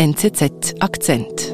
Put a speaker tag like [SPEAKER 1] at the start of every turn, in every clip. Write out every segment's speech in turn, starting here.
[SPEAKER 1] NZZ Akzent.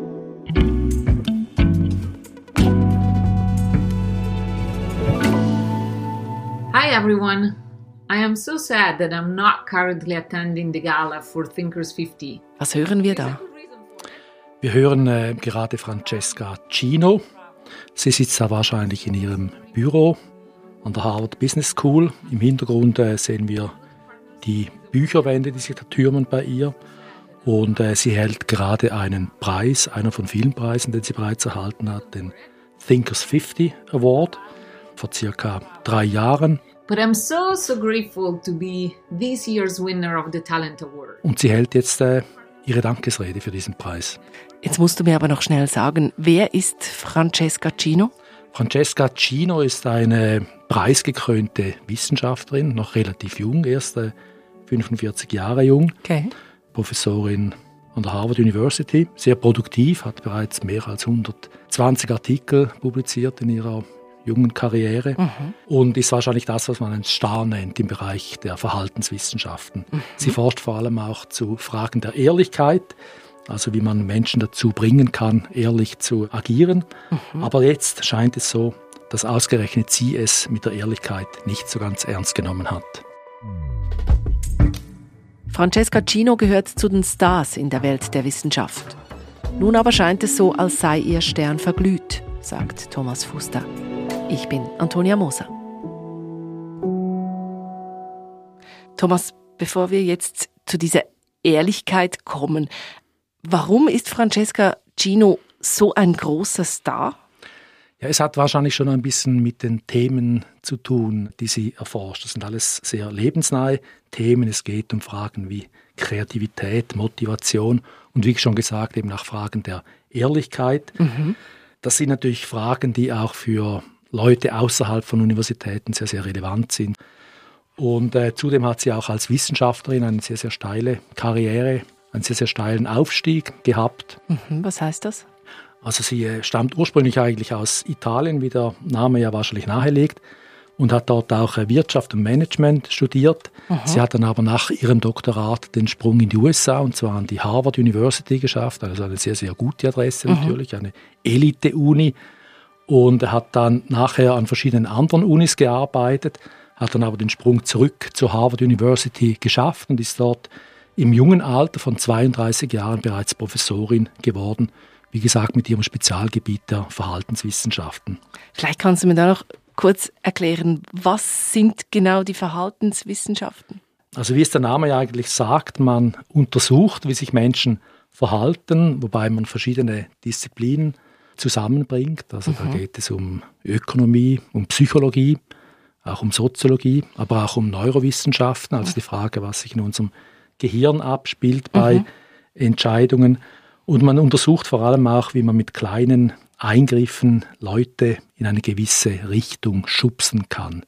[SPEAKER 2] Hi everyone. I am so sad that I'm not currently attending the gala for Thinkers 50.
[SPEAKER 1] Was hören wir da?
[SPEAKER 3] Wir hören gerade Francesca Cino. Sie sitzt da wahrscheinlich in ihrem Büro an der Harvard Business School. Im Hintergrund sehen wir die Bücherwände, die sich da türmen bei ihr. Und sie hält gerade einen Preis, einer von vielen Preisen, den sie bereits erhalten hat, den Thinkers 50 Award, vor circa 3 Jahren.
[SPEAKER 2] But I'm so grateful to be this year's winner of the Talent Award.
[SPEAKER 3] Und sie hält jetzt ihre Dankesrede für diesen Preis.
[SPEAKER 1] Jetzt musst du mir aber noch schnell sagen, wer ist Francesca Cino?
[SPEAKER 3] Francesca Cino ist eine preisgekrönte Wissenschaftlerin, noch relativ jung, erst 45 Jahre jung,
[SPEAKER 1] Okay.
[SPEAKER 3] Professorin an der Harvard University, sehr produktiv, hat bereits mehr als 120 Artikel publiziert in ihrer jungen Karriere und ist wahrscheinlich das, was man einen Star nennt im Bereich der Verhaltenswissenschaften. Sie forscht vor allem auch zu Fragen der Ehrlichkeit, also wie man Menschen dazu bringen kann, ehrlich zu agieren. Aber jetzt scheint es so, dass ausgerechnet sie es mit der Ehrlichkeit nicht so ganz ernst genommen hat.
[SPEAKER 1] Francesca Cino gehört zu den Stars in der Welt der Wissenschaft. Nun aber scheint es so, als sei ihr Stern verglüht, sagt Thomas Fuster. Ich bin Antonia Moser. Thomas, bevor wir jetzt zu dieser Ehrlichkeit kommen, warum ist Francesca Cino so ein großer Star?
[SPEAKER 3] Ja, es hat wahrscheinlich schon ein bisschen mit den Themen zu tun, die sie erforscht. Das sind alles sehr lebensnahe Themen. Es geht um Fragen wie Kreativität, Motivation und wie schon gesagt, eben nach Fragen der Ehrlichkeit. Das sind natürlich Fragen, die auch für Leute außerhalb von Universitäten sehr, sehr relevant sind. Und zudem hat sie auch als Wissenschaftlerin eine sehr, sehr steile Karriere, einen sehr, sehr steilen Aufstieg gehabt.
[SPEAKER 1] Was heißt das?
[SPEAKER 3] Also sie stammt ursprünglich eigentlich aus Italien, wie der Name ja wahrscheinlich nahelegt, und hat dort auch Wirtschaft und Management studiert. Sie hat dann aber nach ihrem Doktorat den Sprung in die USA, und zwar an die Harvard University geschafft, also eine sehr, sehr gute Adresse natürlich, eine Elite-Uni. Und er hat dann nachher an verschiedenen anderen Unis gearbeitet, hat dann aber den Sprung zurück zur Harvard University geschafft und ist dort im jungen Alter von 32 Jahren bereits Professorin geworden, wie gesagt mit ihrem Spezialgebiet der Verhaltenswissenschaften.
[SPEAKER 1] Vielleicht kannst du mir da noch kurz erklären, was sind genau die Verhaltenswissenschaften?
[SPEAKER 3] Also wie es der Name ja eigentlich sagt, man untersucht, wie sich Menschen verhalten, wobei man verschiedene Disziplinen zusammenbringt. Also da geht es um Ökonomie, um Psychologie, auch um Soziologie, aber auch um Neurowissenschaften, also die Frage, was sich in unserem Gehirn abspielt bei Entscheidungen. Und man untersucht vor allem auch, wie man mit kleinen Eingriffen Leute in eine gewisse Richtung schubsen kann.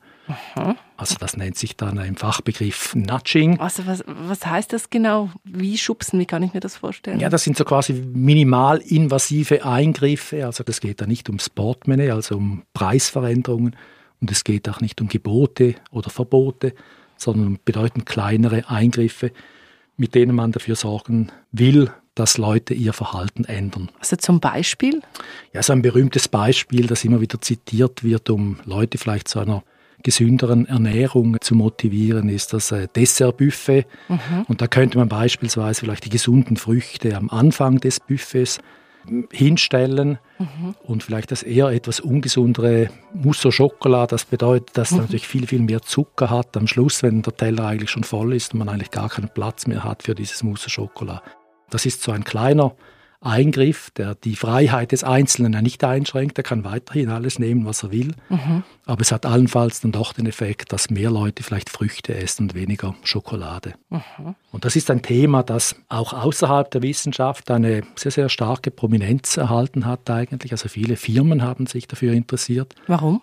[SPEAKER 3] Also das nennt sich dann im Fachbegriff Nudging.
[SPEAKER 1] Also was heißt das genau? Wie schubsen? Wie kann ich mir das vorstellen?
[SPEAKER 3] Ja, das sind so quasi minimalinvasive Eingriffe. Also das geht da nicht ums Portemonnaie, also um Preisveränderungen. Und es geht auch nicht um Gebote oder Verbote, sondern um bedeutend kleinere Eingriffe, mit denen man dafür sorgen will, dass Leute ihr Verhalten ändern.
[SPEAKER 1] Also zum Beispiel?
[SPEAKER 3] Ja, so ein berühmtes Beispiel, das immer wieder zitiert wird, um Leute vielleicht zu einer gesünderen Ernährung zu motivieren, ist das Dessertbuffet. Und da könnte man beispielsweise vielleicht die gesunden Früchte am Anfang des Buffets hinstellen und vielleicht das eher etwas ungesundere Mousse au Chocolat. Das bedeutet, dass es natürlich viel, viel mehr Zucker hat am Schluss, wenn der Teller eigentlich schon voll ist und man eigentlich gar keinen Platz mehr hat für dieses Mousse au Chocolat. Das ist so ein kleiner Eingriff, der die Freiheit des Einzelnen ja nicht einschränkt. Er kann weiterhin alles nehmen, was er will. Aber es hat allenfalls dann doch den Effekt, dass mehr Leute vielleicht Früchte essen und weniger Schokolade. Und das ist ein Thema, das auch außerhalb der Wissenschaft eine sehr, sehr starke Prominenz erhalten hat eigentlich. Also viele Firmen haben sich dafür interessiert.
[SPEAKER 1] Warum?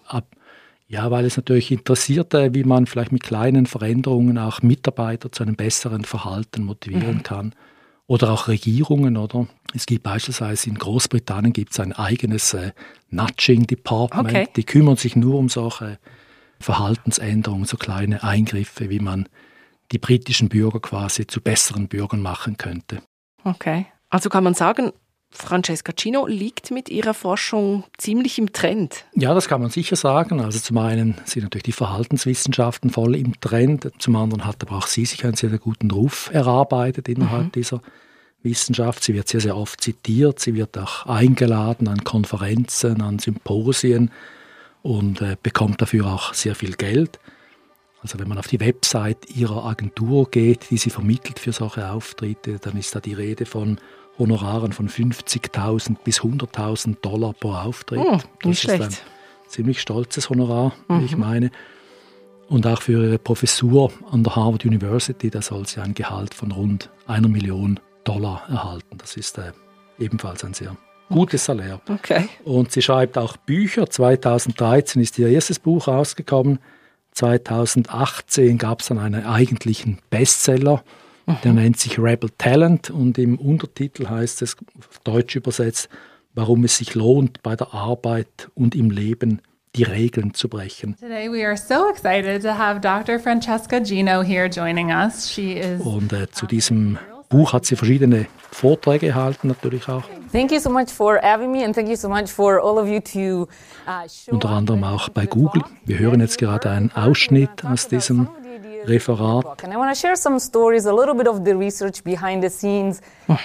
[SPEAKER 3] Ja, weil es natürlich interessiert, wie man vielleicht mit kleinen Veränderungen auch Mitarbeiter zu einem besseren Verhalten motivieren kann. Oder auch Regierungen, oder? Es gibt beispielsweise in Großbritannien gibt's ein eigenes Nudging Department.
[SPEAKER 1] Okay.
[SPEAKER 3] Die kümmern sich nur um solche Verhaltensänderungen, so kleine Eingriffe, wie man die britischen Bürger quasi zu besseren Bürgern machen könnte.
[SPEAKER 1] Okay. Also kann man sagen, Francesca Gino liegt mit ihrer Forschung ziemlich im Trend.
[SPEAKER 3] Ja, das kann man sicher sagen. Also zum einen sind natürlich die Verhaltenswissenschaften voll im Trend. Zum anderen hat aber auch sie sich einen sehr, sehr guten Ruf erarbeitet innerhalb dieser Wissenschaft. Sie wird sehr, sehr oft zitiert. Sie wird auch eingeladen an Konferenzen, an Symposien und bekommt dafür auch sehr viel Geld. Also wenn man auf die Website ihrer Agentur geht, die sie vermittelt für solche Auftritte, dann ist da die Rede von Honoraren von 50.000 bis 100.000 $100.000 pro Auftritt.
[SPEAKER 1] Nicht schlecht.
[SPEAKER 3] Das ist ein ziemlich stolzes Honorar, wie ich meine. Und auch für ihre Professur an der Harvard University, da soll sie ein Gehalt von rund $1 Million erhalten. Das ist ebenfalls ein sehr gutes Salär.
[SPEAKER 1] Okay.
[SPEAKER 3] Und sie schreibt auch Bücher. 2013 ist ihr erstes Buch rausgekommen. 2018 gab es dann einen eigentlichen Bestseller. Der nennt sich Rebel Talent und im Untertitel heißt es, auf Deutsch übersetzt, warum es sich lohnt, bei der Arbeit und im Leben die Regeln zu brechen.
[SPEAKER 4] Today we are so excited to have Dr. Francesca Gino here joining us. She is
[SPEAKER 3] Und zu diesem Buch hat sie verschiedene Vorträge gehalten, natürlich auch.
[SPEAKER 5] Thank you so much for having me and thank you so much for all of you to show
[SPEAKER 3] Unter anderem auch bei Google. Wir hören jetzt gerade einen Ausschnitt aus diesem Referat.
[SPEAKER 5] And I want to share some stories, a little bit of the research behind the scenes.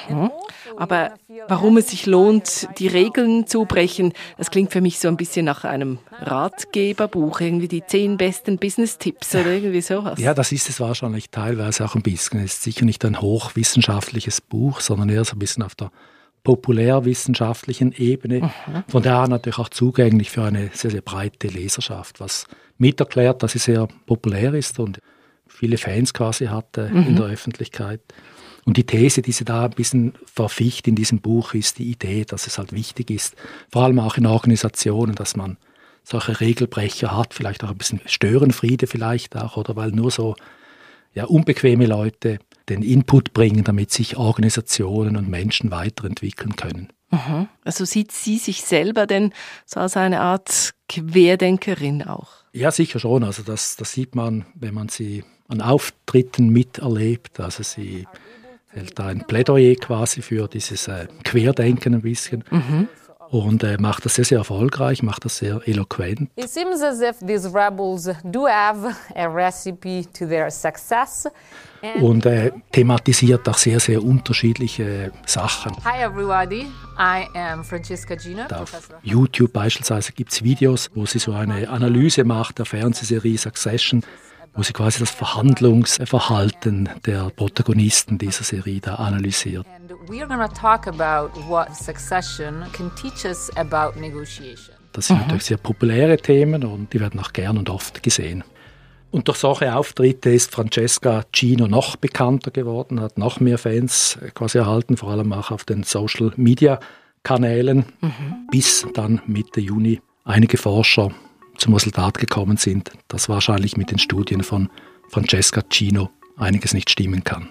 [SPEAKER 1] Aber warum es sich lohnt, die Regeln zu brechen, das klingt für mich so ein bisschen nach einem Ratgeberbuch, irgendwie die 10 besten Business-Tipps oder irgendwie sowas.
[SPEAKER 3] Ja, das ist es wahrscheinlich teilweise auch ein bisschen. Es ist sicher nicht ein hochwissenschaftliches Buch, sondern eher so ein bisschen auf der populärwissenschaftlichen Ebene. Von daher natürlich auch zugänglich für eine sehr, sehr breite Leserschaft, was mit erklärt, dass sie sehr populär ist und viele Fans quasi hatte in der Öffentlichkeit. Und die These, die sie da ein bisschen verficht in diesem Buch, ist die Idee, dass es halt wichtig ist, vor allem auch in Organisationen, dass man solche Regelbrecher hat, vielleicht auch ein bisschen Störenfriede vielleicht auch, oder weil nur so unbequeme Leute den Input bringen, damit sich Organisationen und Menschen weiterentwickeln können.
[SPEAKER 1] Also sieht sie sich selber denn so als eine Art Querdenkerin auch?
[SPEAKER 3] Ja, sicher schon. Also das sieht man, wenn man sie an Auftritten miterlebt. Also sie hält da ein Plädoyer quasi für dieses Querdenken ein bisschen. Und macht das sehr, sehr erfolgreich, macht das sehr eloquent.
[SPEAKER 5] It seems as if these rebels do have a recipe to their success.
[SPEAKER 3] Und thematisiert auch sehr, sehr unterschiedliche Sachen.
[SPEAKER 5] Hi everybody, I am Francesca Gino.
[SPEAKER 3] Auf YouTube beispielsweise gibt es Videos, wo sie so eine Analyse macht der Fernsehserie Succession, wo sie quasi das Verhandlungsverhalten der Protagonisten dieser Serie da analysiert.
[SPEAKER 5] And we are going to talk about what Succession can teach us about negotiation.
[SPEAKER 3] Das sind natürlich sehr populäre Themen und die werden auch gern und oft gesehen. Und durch solche Auftritte ist Francesca Gino noch bekannter geworden, hat noch mehr Fans quasi erhalten, vor allem auch auf den Social-Media-Kanälen, bis dann Mitte Juni einige Forscher zum Resultat gekommen sind, dass wahrscheinlich mit den Studien von Francesca Gino einiges nicht stimmen kann.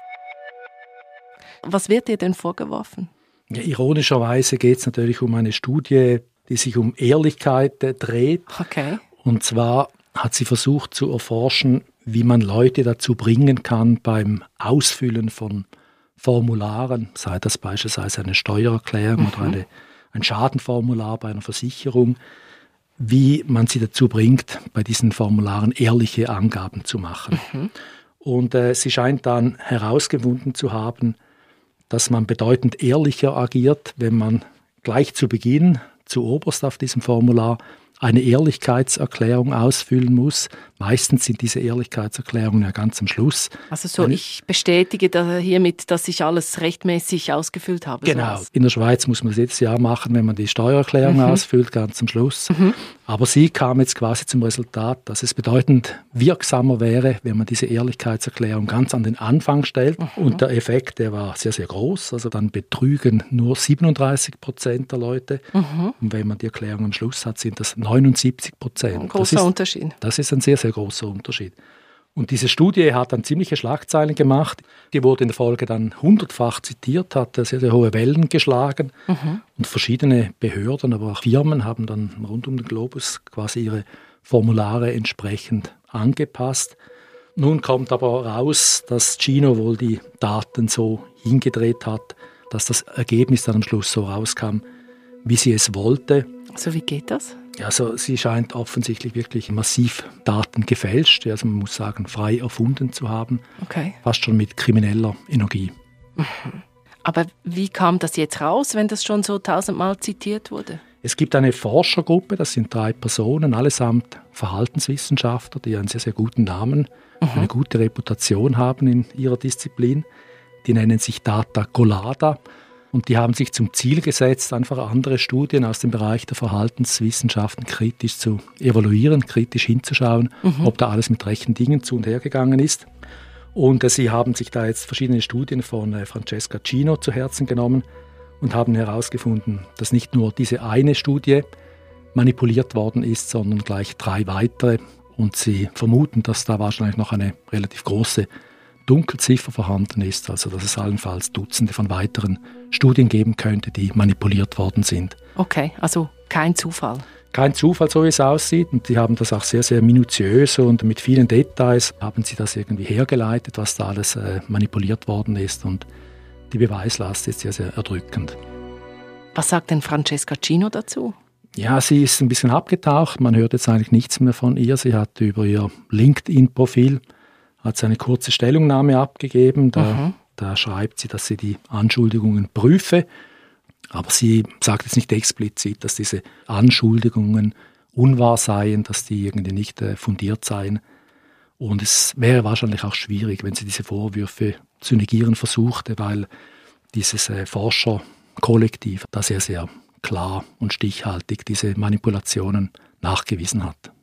[SPEAKER 1] Was wird ihr denn vorgeworfen?
[SPEAKER 3] Ja, ironischerweise geht es natürlich um eine Studie, die sich um Ehrlichkeit dreht.
[SPEAKER 1] Okay.
[SPEAKER 3] Und zwar hat sie versucht zu erforschen, wie man Leute dazu bringen kann, beim Ausfüllen von Formularen, sei das beispielsweise eine Steuererklärung oder ein Schadenformular bei einer Versicherung, wie man sie dazu bringt, bei diesen Formularen ehrliche Angaben zu machen. Und sie scheint dann herausgefunden zu haben, dass man bedeutend ehrlicher agiert, wenn man gleich zu Beginn, zu oberst auf diesem Formular, eine Ehrlichkeitserklärung ausfüllen muss. Meistens sind diese Ehrlichkeitserklärungen ja ganz am Schluss.
[SPEAKER 1] Also so, ich bestätige hiermit, dass ich alles rechtmäßig ausgefüllt habe.
[SPEAKER 3] Genau.
[SPEAKER 1] Sowas.
[SPEAKER 3] In der Schweiz muss man das jedes Jahr machen, wenn man die Steuererklärung ausfüllt, ganz am Schluss. Aber sie kam jetzt quasi zum Resultat, dass es bedeutend wirksamer wäre, wenn man diese Ehrlichkeitserklärung ganz an den Anfang stellt. Und der Effekt, der war sehr, sehr groß. Also dann betrügen nur 37% der Leute. Und wenn man die Erklärung am Schluss hat, sind das 79%.
[SPEAKER 1] Ein großer Unterschied.
[SPEAKER 3] Das ist ein sehr, sehr großer Unterschied. Und diese Studie hat dann ziemliche Schlagzeilen gemacht. Die wurde in der Folge dann 100-fach zitiert, hat sehr, sehr hohe Wellen geschlagen. Und verschiedene Behörden, aber auch Firmen haben dann rund um den Globus quasi ihre Formulare entsprechend angepasst. Nun kommt aber raus, dass Gino wohl die Daten so hingedreht hat, dass das Ergebnis dann am Schluss so rauskam, wie sie es wollte.
[SPEAKER 1] Also wie geht das?
[SPEAKER 3] Also sie scheint offensichtlich wirklich massiv Daten gefälscht, also man muss sagen, frei erfunden zu haben.
[SPEAKER 1] Okay.
[SPEAKER 3] Fast schon mit krimineller Energie.
[SPEAKER 1] Aber wie kam das jetzt raus, wenn das schon so 1000-mal zitiert wurde?
[SPEAKER 3] Es gibt eine Forschergruppe, das sind 3 Personen, allesamt Verhaltenswissenschaftler, die einen sehr, sehr guten Namen, eine gute Reputation haben in ihrer Disziplin. Die nennen sich Data Colada und die haben sich zum Ziel gesetzt, einfach andere Studien aus dem Bereich der Verhaltenswissenschaften kritisch zu evaluieren, kritisch hinzuschauen, ob da alles mit rechten Dingen zu und her gegangen ist. Und sie haben sich da jetzt verschiedene Studien von Francesca Gino zu Herzen genommen und haben herausgefunden, dass nicht nur diese eine Studie manipuliert worden ist, sondern gleich 3 weitere. Und sie vermuten, dass da wahrscheinlich noch eine relativ große Dunkelziffer vorhanden ist, also dass es allenfalls Dutzende von weiteren Studien geben könnte, die manipuliert worden sind.
[SPEAKER 1] Okay, also kein Zufall.
[SPEAKER 3] Kein Zufall, so wie es aussieht. Und die haben das auch sehr, sehr minutiös und mit vielen Details haben sie das irgendwie hergeleitet, was da alles manipuliert worden ist. Und die Beweislast ist sehr, sehr erdrückend.
[SPEAKER 1] Was sagt denn Francesca Gino dazu?
[SPEAKER 3] Ja, sie ist ein bisschen abgetaucht. Man hört jetzt eigentlich nichts mehr von ihr. Sie hat über ihr LinkedIn-Profil eine kurze Stellungnahme abgegeben. Da schreibt sie, dass sie die Anschuldigungen prüfe. Aber sie sagt jetzt nicht explizit, dass diese Anschuldigungen unwahr seien, dass die irgendwie nicht fundiert seien. Und es wäre wahrscheinlich auch schwierig, wenn sie diese Vorwürfe zu negieren versuchte, weil dieses Forscherkollektiv da sehr, sehr klar und stichhaltig diese Manipulationen nachgewiesen hat.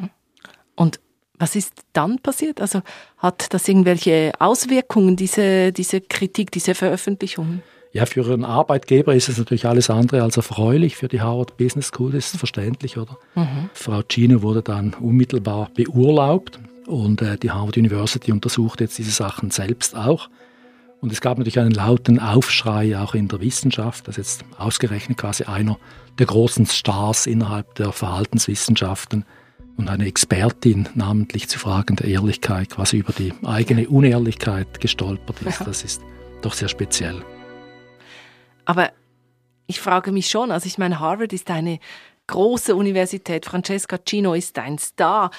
[SPEAKER 1] Und was ist dann passiert? Also hat das irgendwelche Auswirkungen, diese Kritik, diese Veröffentlichungen?
[SPEAKER 3] Ja, für einen Arbeitgeber ist es natürlich alles andere als erfreulich. Für die Harvard Business School ist es verständlich, oder? Frau Gino wurde dann unmittelbar beurlaubt und die Harvard University untersucht jetzt diese Sachen selbst auch. Und es gab natürlich einen lauten Aufschrei auch in der Wissenschaft, dass jetzt ausgerechnet quasi einer der großen Stars innerhalb der Verhaltenswissenschaften und eine Expertin namentlich zu Fragen der Ehrlichkeit quasi über die eigene Unehrlichkeit gestolpert ist. Das ist doch sehr speziell.
[SPEAKER 1] Aber ich frage mich schon, also ich meine, Harvard ist eine große Universität, Francesca Gino ist ein Star.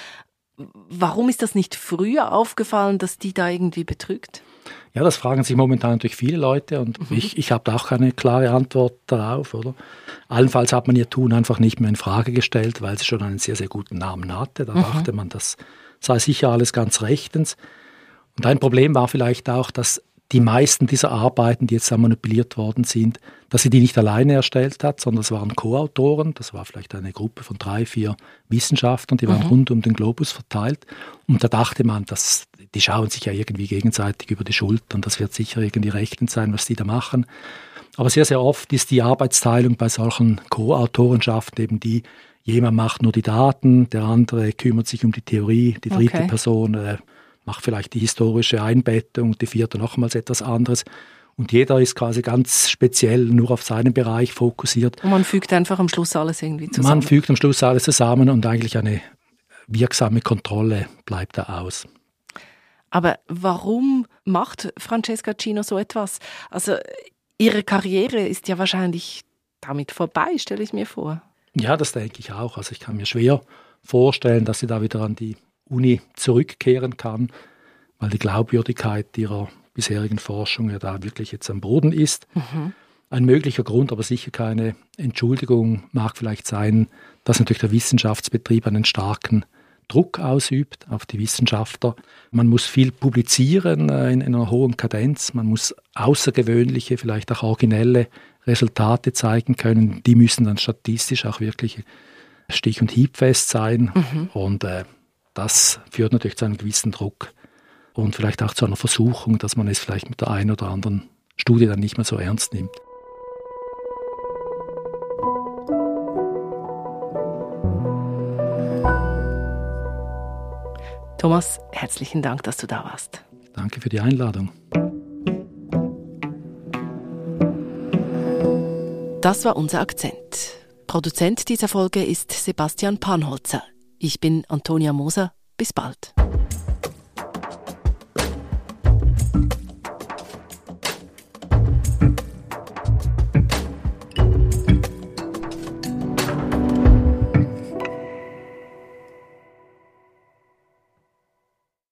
[SPEAKER 1] Warum ist das nicht früher aufgefallen, dass die da irgendwie betrügt?
[SPEAKER 3] Ja, das fragen sich momentan natürlich viele Leute und ich habe da auch keine klare Antwort darauf, oder? Allenfalls hat man ihr Tun einfach nicht mehr in Frage gestellt, weil sie schon einen sehr, sehr guten Namen hatte. Da dachte man, das sei sicher alles ganz rechtens. Und ein Problem war vielleicht auch, dass die meisten dieser Arbeiten, die jetzt manipuliert worden sind, dass sie die nicht alleine erstellt hat, sondern es waren Co-Autoren. Das war vielleicht eine Gruppe von 3, 4 Wissenschaftlern, die waren rund um den Globus verteilt. Und da dachte man, die schauen sich ja irgendwie gegenseitig über die Schultern. Das wird sicher irgendwie rechtens sein, was die da machen. Aber sehr, sehr oft ist die Arbeitsteilung bei solchen Co-Autorenschaften eben die, jemand macht nur die Daten, der andere kümmert sich um die Theorie, die dritte Person macht vielleicht die historische Einbettung, die vierte nochmals etwas anderes. Und jeder ist quasi ganz speziell nur auf seinen Bereich fokussiert.
[SPEAKER 1] Und man fügt einfach am Schluss alles irgendwie zusammen.
[SPEAKER 3] Man fügt am Schluss alles zusammen und eigentlich eine wirksame Kontrolle bleibt da aus.
[SPEAKER 1] Aber warum macht Francesca Gino so etwas? Also ihre Karriere ist ja wahrscheinlich damit vorbei, stelle ich mir vor.
[SPEAKER 3] Ja, das denke ich auch. Also ich kann mir schwer vorstellen, dass sie da wieder an die Uni zurückkehren kann, weil die Glaubwürdigkeit ihrer bisherigen Forschung ja da wirklich jetzt am Boden ist. Ein möglicher Grund, aber sicher keine Entschuldigung, mag vielleicht sein, dass natürlich der Wissenschaftsbetrieb einen starken Druck ausübt auf die Wissenschaftler. Man muss viel publizieren in einer hohen Kadenz, man muss außergewöhnliche, vielleicht auch originelle Resultate zeigen können. Die müssen dann statistisch auch wirklich stich- und hiebfest sein. Und das führt natürlich zu einem gewissen Druck und vielleicht auch zu einer Versuchung, dass man es vielleicht mit der einen oder anderen Studie dann nicht mehr so ernst nimmt.
[SPEAKER 1] Thomas, herzlichen Dank, dass du da warst.
[SPEAKER 3] Danke für die Einladung.
[SPEAKER 1] Das war unser Akzent. Produzent dieser Folge ist Sebastian Panholzer. Ich bin Antonia Moser. Bis bald.